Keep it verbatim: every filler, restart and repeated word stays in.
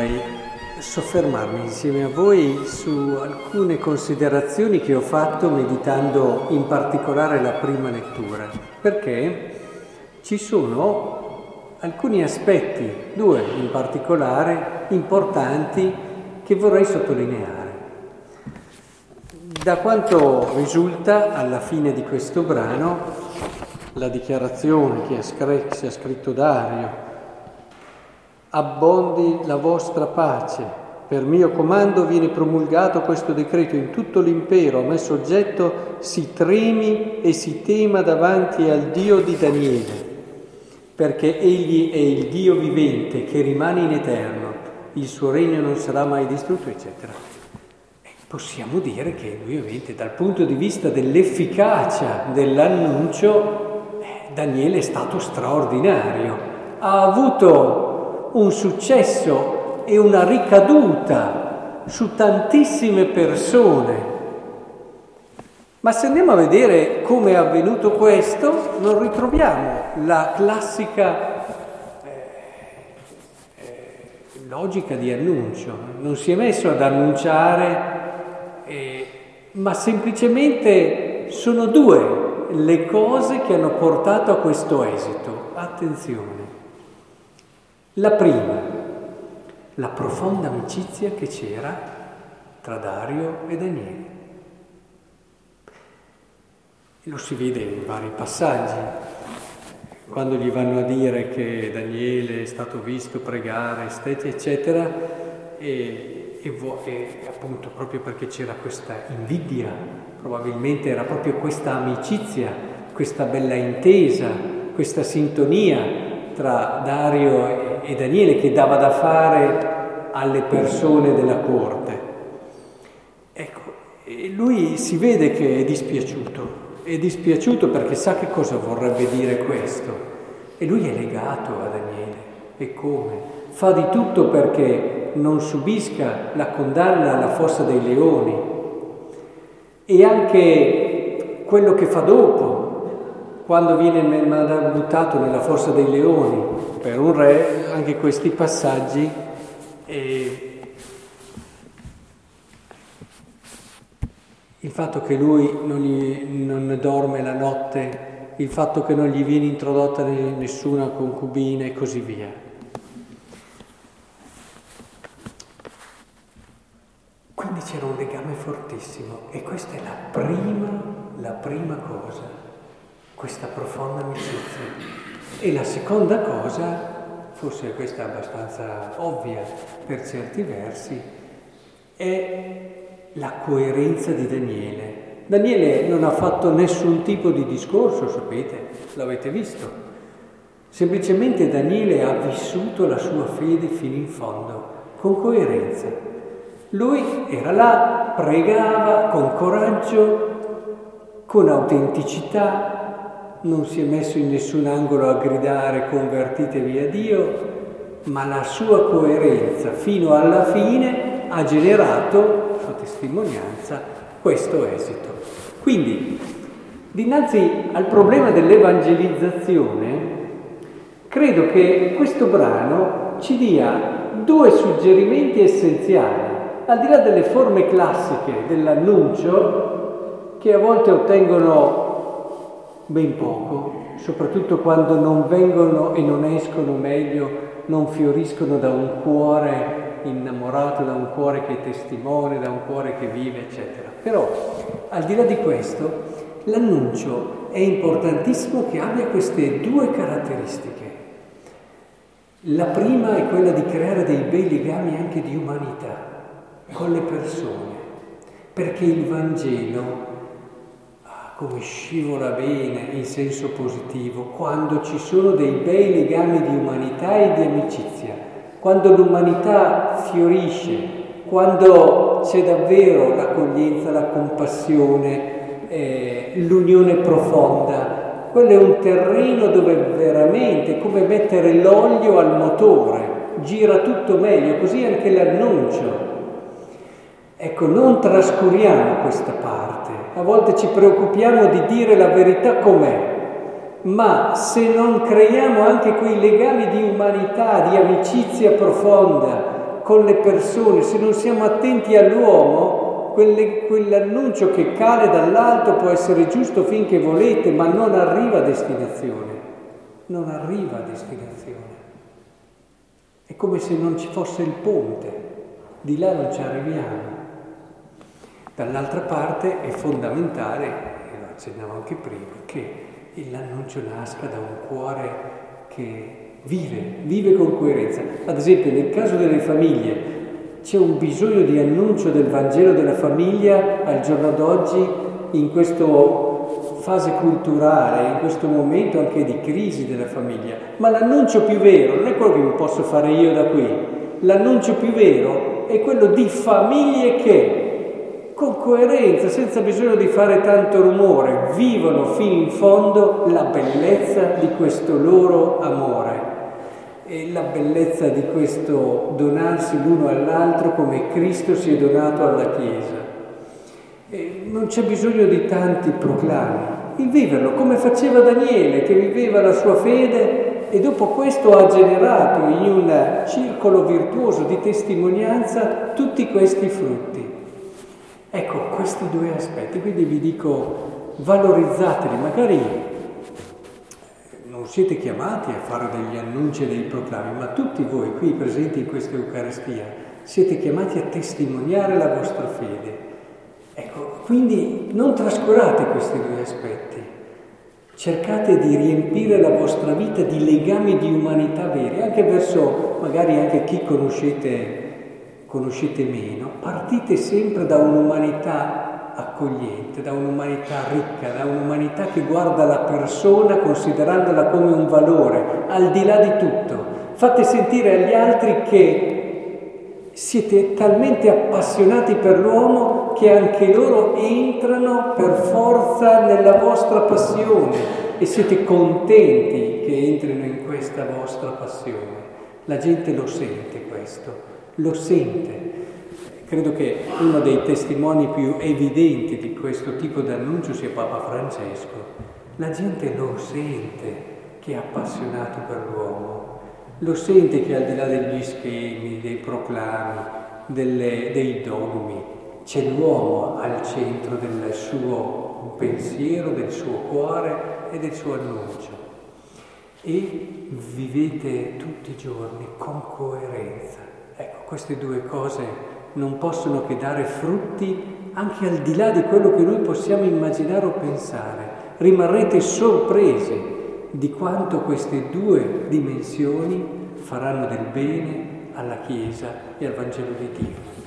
vorrei soffermarmi insieme a voi su alcune considerazioni che ho fatto meditando in particolare la prima lettura, perché ci sono alcuni aspetti, due in particolare, importanti che vorrei sottolineare. Da quanto risulta alla fine di questo brano, la dichiarazione che ha scritto, che ha scritto Dario: abbondi la vostra pace, per mio comando viene promulgato questo decreto in tutto l'impero, a me soggetto si tremi e si tema davanti al Dio di Daniele, perché egli è il Dio vivente che rimane in eterno, il suo regno non sarà mai distrutto, eccetera. Possiamo dire che lui, ovviamente, dal punto di vista dell'efficacia dell'annuncio, eh, Daniele è stato straordinario, ha avuto un successo e una ricaduta su tantissime persone. Ma se andiamo a vedere come è avvenuto questo, non ritroviamo la classica eh, eh, logica di annuncio. Non si è messo ad annunciare, eh, ma semplicemente sono due le cose che hanno portato a questo esito. Attenzione. La prima, la profonda amicizia che c'era tra Dario e Daniele. Lo si vede in vari passaggi, quando gli vanno a dire che Daniele è stato visto pregare, eccetera, e, e, e appunto proprio perché c'era questa invidia, probabilmente era proprio questa amicizia, questa bella intesa, questa sintonia tra Dario e, e Daniele che dava da fare alle persone della corte. Ecco, e lui si vede che è dispiaciuto. È dispiaciuto perché sa che cosa vorrebbe dire questo. E lui è legato a Daniele. E come? Fa di tutto perché non subisca la condanna alla fossa dei leoni. E anche quello che fa dopo, quando viene buttato nella fossa dei leoni per un re, anche questi passaggi eh, il fatto che lui non, gli, non dorme la notte, il fatto che non gli viene introdotta nessuna concubina e così via. Quindi c'era un legame fortissimo e questa è la prima, la prima cosa, questa profonda amicizia. E la seconda cosa, forse questa è abbastanza ovvia per certi versi, è la coerenza di Daniele. Daniele non ha fatto nessun tipo di discorso, sapete, l'avete visto. Semplicemente Daniele ha vissuto la sua fede fino in fondo, con coerenza. Lui era là, pregava con coraggio, con autenticità, non si è messo in nessun angolo a gridare convertitevi a Dio, ma la sua coerenza fino alla fine ha generato, sua testimonianza, questo esito. Quindi, dinanzi al problema dell'evangelizzazione, credo che questo brano ci dia due suggerimenti essenziali, al di là delle forme classiche dell'annuncio, che a volte ottengono ben poco, soprattutto quando non vengono e non escono meglio, non fioriscono da un cuore innamorato, da un cuore che è testimone, da un cuore che vive, eccetera. Però, al di là di questo, l'annuncio è importantissimo che abbia queste due caratteristiche. La prima è quella di creare dei bei legami anche di umanità con le persone, perché il Vangelo, ah, come scivola bene in senso positivo, quando ci sono dei bei legami di umanità e di amicizia, quando l'umanità fiorisce, quando c'è davvero l'accoglienza, la compassione, eh, l'unione profonda, quello è un terreno dove veramente è come mettere l'olio al motore, gira tutto meglio, così anche l'annuncio. Ecco, non trascuriamo questa parte, a volte ci preoccupiamo di dire la verità com'è, ma se non creiamo anche quei legami di umanità, di amicizia profonda, con le persone, se non siamo attenti all'uomo, quelle, quell'annuncio che cade dall'alto può essere giusto finché volete, ma non arriva a destinazione. Non arriva a destinazione. È come se non ci fosse il ponte, di là non ci arriviamo. Dall'altra parte è fondamentale, e lo accennavo anche prima, che l'annuncio nasca da un cuore che vive, vive con coerenza. Ad esempio nel caso delle famiglie c'è un bisogno di annuncio del Vangelo della famiglia al giorno d'oggi, in questa fase culturale, in questo momento anche di crisi della famiglia. Ma l'annuncio più vero non è quello che mi posso fare io da qui, l'annuncio più vero è quello di famiglie che con coerenza, senza bisogno di fare tanto rumore, vivono fino in fondo la bellezza di questo loro amore e la bellezza di questo donarsi l'uno all'altro come Cristo si è donato alla Chiesa. E non c'è bisogno di tanti proclami, il viverlo come faceva Daniele, che viveva la sua fede e dopo questo ha generato in un circolo virtuoso di testimonianza tutti questi frutti. Ecco, questi due aspetti, quindi vi dico, valorizzateli, magari non siete chiamati a fare degli annunci e dei proclami, ma tutti voi qui presenti in questa Eucaristia siete chiamati a testimoniare la vostra fede. Ecco, quindi non trascurate questi due aspetti, cercate di riempire la vostra vita di legami di umanità veri, anche verso magari anche chi conoscete conoscete meno, partite sempre da un'umanità accogliente, da un'umanità ricca, da un'umanità che guarda la persona considerandola come un valore, al di là di tutto. Fate sentire agli altri che siete talmente appassionati per l'uomo che anche loro entrano per forza nella vostra passione e siete contenti che entrino in questa vostra passione. La gente lo sente questo. Lo sente. Credo che uno dei testimoni più evidenti di questo tipo di annuncio sia Papa Francesco. La gente lo sente che è appassionato per l'uomo, lo sente che al di là degli schemi, dei proclami, delle, dei dogmi, c'è l'uomo al centro del suo pensiero, del suo cuore e del suo annuncio. E vivete tutti i giorni con coerenza. Ecco, queste due cose non possono che dare frutti anche al di là di quello che noi possiamo immaginare o pensare. Rimarrete sorpresi di quanto queste due dimensioni faranno del bene alla Chiesa e al Vangelo di Dio.